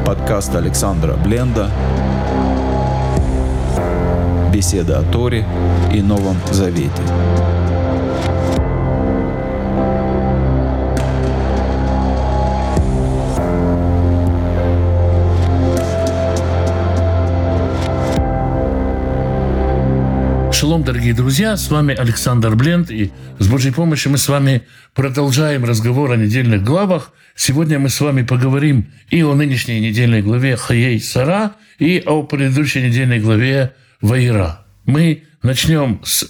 Подкаст Александра Бленда. Беседы о Торе и Новом Завете. Шалом, дорогие друзья, с вами Александр Бленд, и с Божьей помощью мы с вами продолжаем разговор о недельных главах. Сегодня мы с вами поговорим и о нынешней недельной главе Хаей Сара, и о предыдущей недельной главе Ваира. Мы начнем с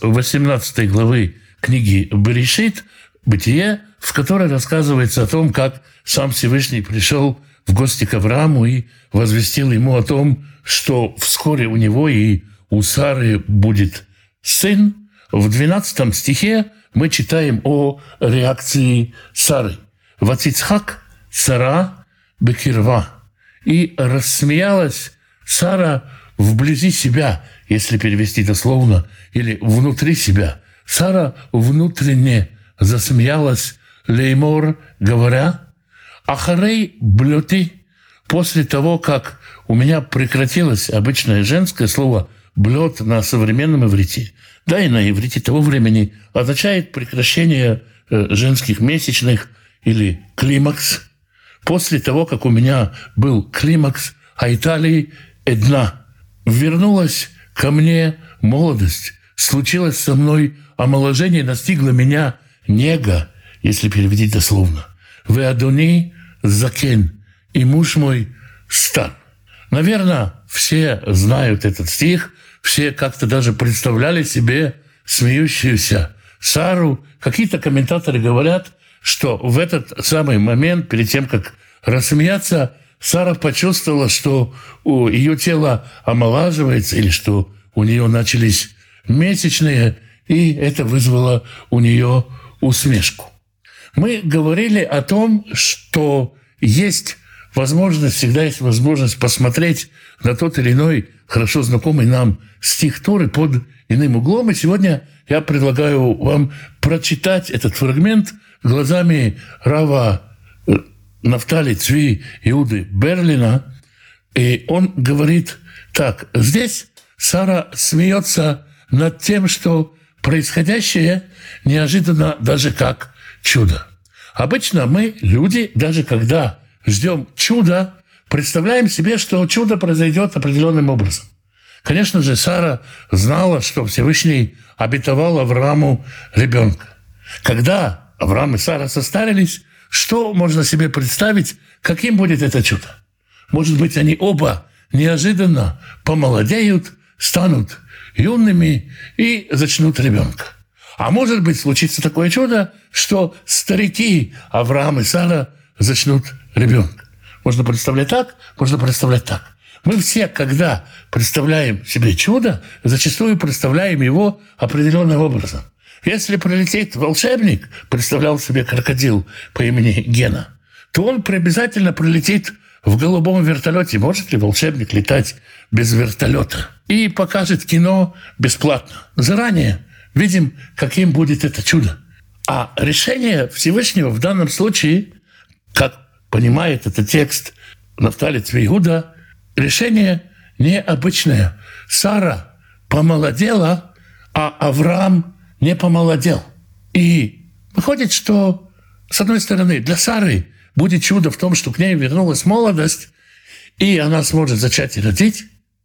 18 главы книги Берешит, Бытие, в которой рассказывается о том, как сам Всевышний пришел в гости к Аврааму и возвестил ему о том, что вскоре у него и у Сары будет сын. В 12 стихе мы читаем о реакции Сары. «Ватицхак Сара бекирва». И рассмеялась Сара вблизи себя, если перевести дословно, или внутри себя. Сара внутренне засмеялась, леймор, говоря: «Ахарей блюти», после того, как у меня прекратилось обычное женское слово «блёт» на современном иврите, да и на иврите того времени, означает прекращение женских месячных или климакс. После того, как у меня был климакс, айтали эдна, вернулась ко мне молодость, случилось со мной омоложение, настигла меня нега, если перевести дословно. «Ве адони закен», и муж мой стар. Наверное, все знают этот стих, все как-то даже представляли себе смеющуюся Сару. Какие-то комментаторы говорят, что в этот самый момент, перед тем, как рассмеяться, Сара почувствовала, что у ее тела омолаживается, или что у нее начались месячные, и это вызвало у нее усмешку. Мы говорили о том, что есть возможность, всегда есть возможность посмотреть на тот или иной хорошо знакомый нам стих Торы под иным углом. И сегодня я предлагаю вам прочитать этот фрагмент глазами рава Нафтали Цви Иуды Берлина. И он говорит так: здесь Сара смеется над тем, что происходящее неожиданно даже как чудо. Обычно мы, люди, даже когда ждем чуда, представляем себе, что чудо произойдет определенным образом. Конечно же, Сара знала, что Всевышний обетовал Аврааму ребенка. Когда Авраам и Сара состарились, что можно себе представить, каким будет это чудо? Может быть, они оба неожиданно помолодеют, станут юными и зачнут ребенка. А может быть, случится такое чудо, что старики Авраам и Сара зачнут ребенка. Можно представлять так, можно представлять так. Мы все, когда представляем себе чудо, зачастую представляем его определенным образом. Если прилетит волшебник, представлял себе крокодил по имени Гена, то он обязательно прилетит в голубом вертолете. Может ли волшебник летать без вертолета? И покажет кино бесплатно. Заранее видим, каким будет это чудо. А решение Всевышнего в данном случае, как понимает этот текст Нафтали Цви Иуда, решение необычное. Сара помолодела, а Авраам не помолодел. И выходит, что, с одной стороны, для Сары будет чудо в том, что к ней вернулась молодость, и она сможет зачать и родить,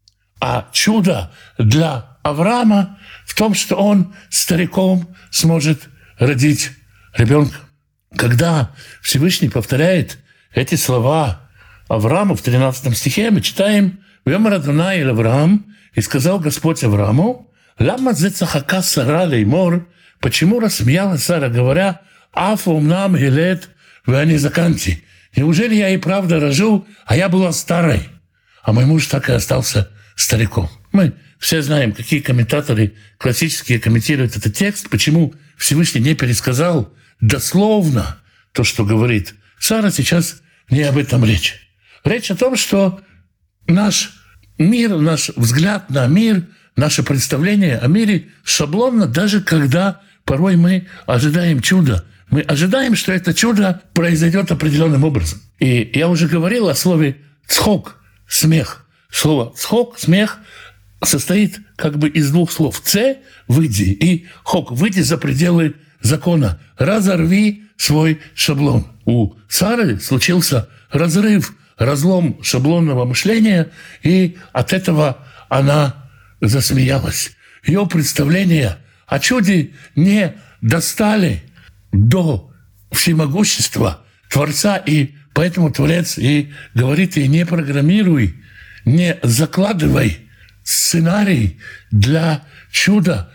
а чудо для Авраама в том, что он стариком сможет родить ребенка. Когда Всевышний повторяет эти слова Аврааму в 13 стихе, мы читаем: «Вемар Адонай эль Авраам, и сказал Господь Аврааму: лама зе цахака Сара леймор», почему рассмеялась Сара, говоря: «Аф умнам гилет вани заканти», неужели я и правда рожу, а я была старой, а мой муж так и остался стариком. Мы все знаем, какие комментаторы классические комментируют этот текст, почему Всевышний не пересказал дословно то, что говорит Сара. Сейчас не об этом речь. Речь о том, что наш мир, наш взгляд на мир, наше представление о мире шаблонно, даже когда порой мы ожидаем чуда. Мы ожидаем, что это чудо произойдет определенным образом. И я уже говорил о слове цхок, смех. Слово цхок, смех состоит как бы из двух слов. Ц – выйди, и хок – выйди за пределы закона. Разорви свой шаблон. У Сары случился разрыв, разлом шаблонного мышления, и от этого она засмеялась. Ее представления о чуде не достали до всемогущества Творца, и поэтому Творец и говорит ей: не программируй, не закладывай сценарий для чуда.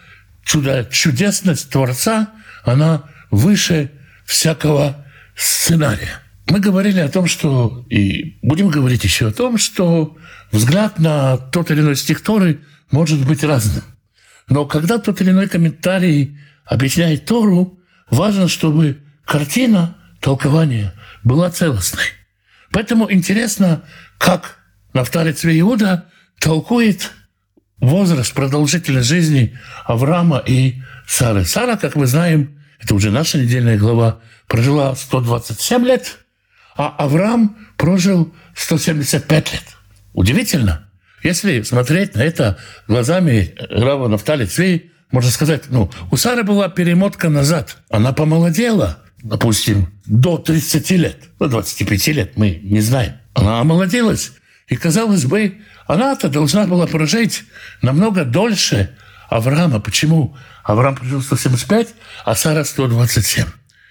Чудесность Творца, она выше всякого сценария. Мы говорили о том, что, и будем говорить еще о том, что взгляд на тот или иной стих Торы может быть разным. Но когда тот или иной комментарий объясняет Тору, важно, чтобы картина толкования была целостной. Поэтому интересно, как Нафтали Цви Иуда толкует возраст, продолжительность жизни Авраама и Сары. Сара, как мы знаем, это уже наша недельная глава, прожила 127 лет, а Авраам прожил 175 лет. Удивительно. Если смотреть на это глазами Рава Нафтали Цви, можно сказать, у Сары была перемотка назад. Она помолодела, допустим, до 30 лет. До 25 лет мы не знаем. Она омолодилась. И, казалось бы, она-то должна была прожить намного дольше Авраама. Почему? Авраам прожил 175, а Сара 127.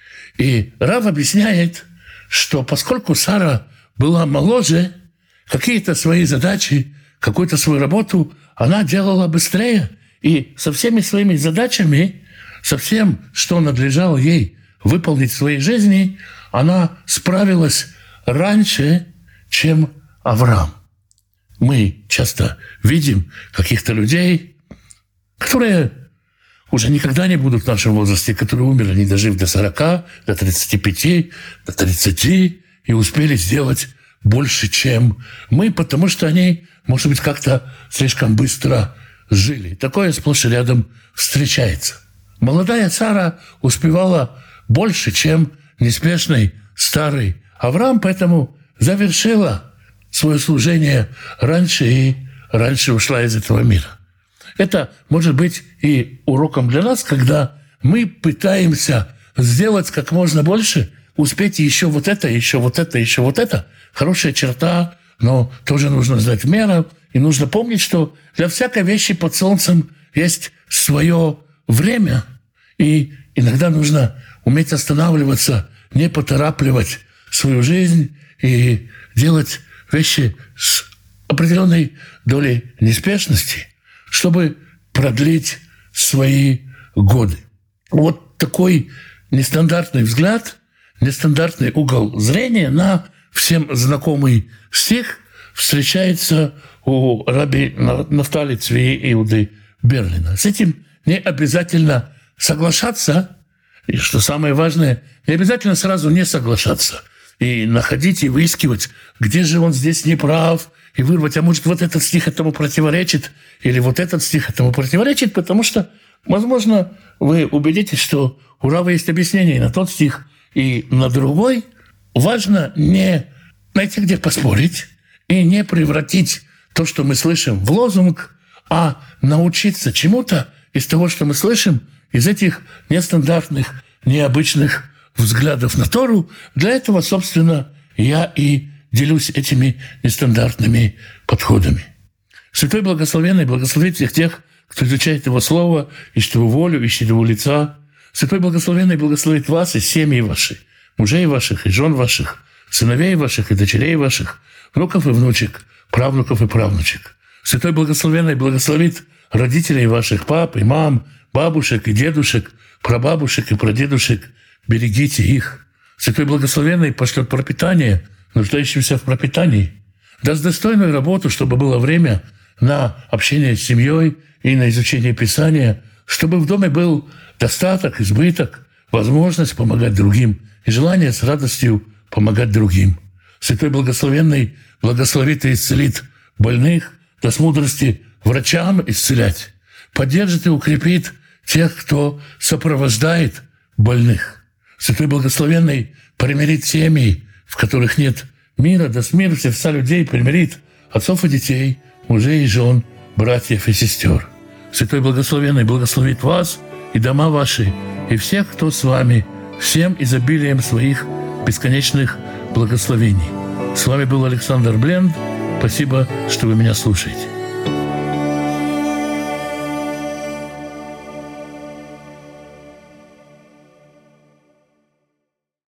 И Рав объясняет, что поскольку Сара была моложе, какие-то свои задачи, какую-то свою работу она делала быстрее. И со всеми своими задачами, со всем, что надлежало ей выполнить в своей жизни, она справилась раньше, чем Авраам. Мы часто видим каких-то людей, которые уже никогда не будут в нашем возрасте, которые умерли, не дожив до 40, до 35, до 30, и успели сделать больше, чем мы, потому что они, может быть, как-то слишком быстро жили. Такое сплошь и рядом встречается. Молодая Сара успевала больше, чем неспешный старый Авраам, поэтому завершила свое служение раньше и раньше ушла из этого мира. Это может быть и уроком для нас, когда мы пытаемся сделать как можно больше, успеть еще вот это, еще вот это, еще вот это. Хорошая черта, но тоже нужно знать меру, и нужно помнить, что для всякой вещи под солнцем есть свое время, и иногда нужно уметь останавливаться, не поторапливать свою жизнь и делать вещи с определенной долей неспешности, чтобы продлить свои годы. Вот такой нестандартный взгляд, нестандартный угол зрения на всем знакомый стих встречается у раби Нафтали Цви Иуды Берлина. С этим не обязательно соглашаться, и, что самое важное, не обязательно сразу не соглашаться и находить и выискивать, где же он здесь не прав, и вырвать, а может, вот этот стих этому противоречит, или вот этот стих этому противоречит, потому что, возможно, вы убедитесь, что у Рава есть объяснение и на тот стих, и на другой. Важно не найти, где поспорить, и не превратить то, что мы слышим, в лозунг, а научиться чему-то из того, что мы слышим, из этих нестандартных, необычных взглядов на Тору. Для этого, собственно, я и делюсь этими нестандартными подходами. Святой Благословенный благословит всех тех, кто изучает Его Слово, ищет Его волю, ищет Его лица. Святой Благословенный благословит вас и семьи ваши, мужей ваших и жен ваших, сыновей ваших и дочерей ваших, внуков и внучек, правнуков и правнучек. Святой Благословенный благословит родителей ваших, пап и мам, бабушек и дедушек, прабабушек и прадедушек. Берегите их. Святой Благословенный пошлет пропитание нуждающимся в пропитании. Даст достойную работу, чтобы было время на общение с семьей и на изучение Писания, чтобы в доме был достаток, избыток, возможность помогать другим и желание с радостью помогать другим. Святой Благословенный благословит и исцелит больных, даст мудрости врачам исцелять, поддержит и укрепит тех, кто сопровождает больных. Святой Благословенный примирит семьи, в которых нет мира да с мира сердца людей примирит, отцов и детей, мужей и жен, братьев и сестер. Святой Благословенный благословит вас и дома ваши, и всех, кто с вами, всем изобилием своих бесконечных благословений. С вами был Александр Бленд. Спасибо, что вы меня слушаете.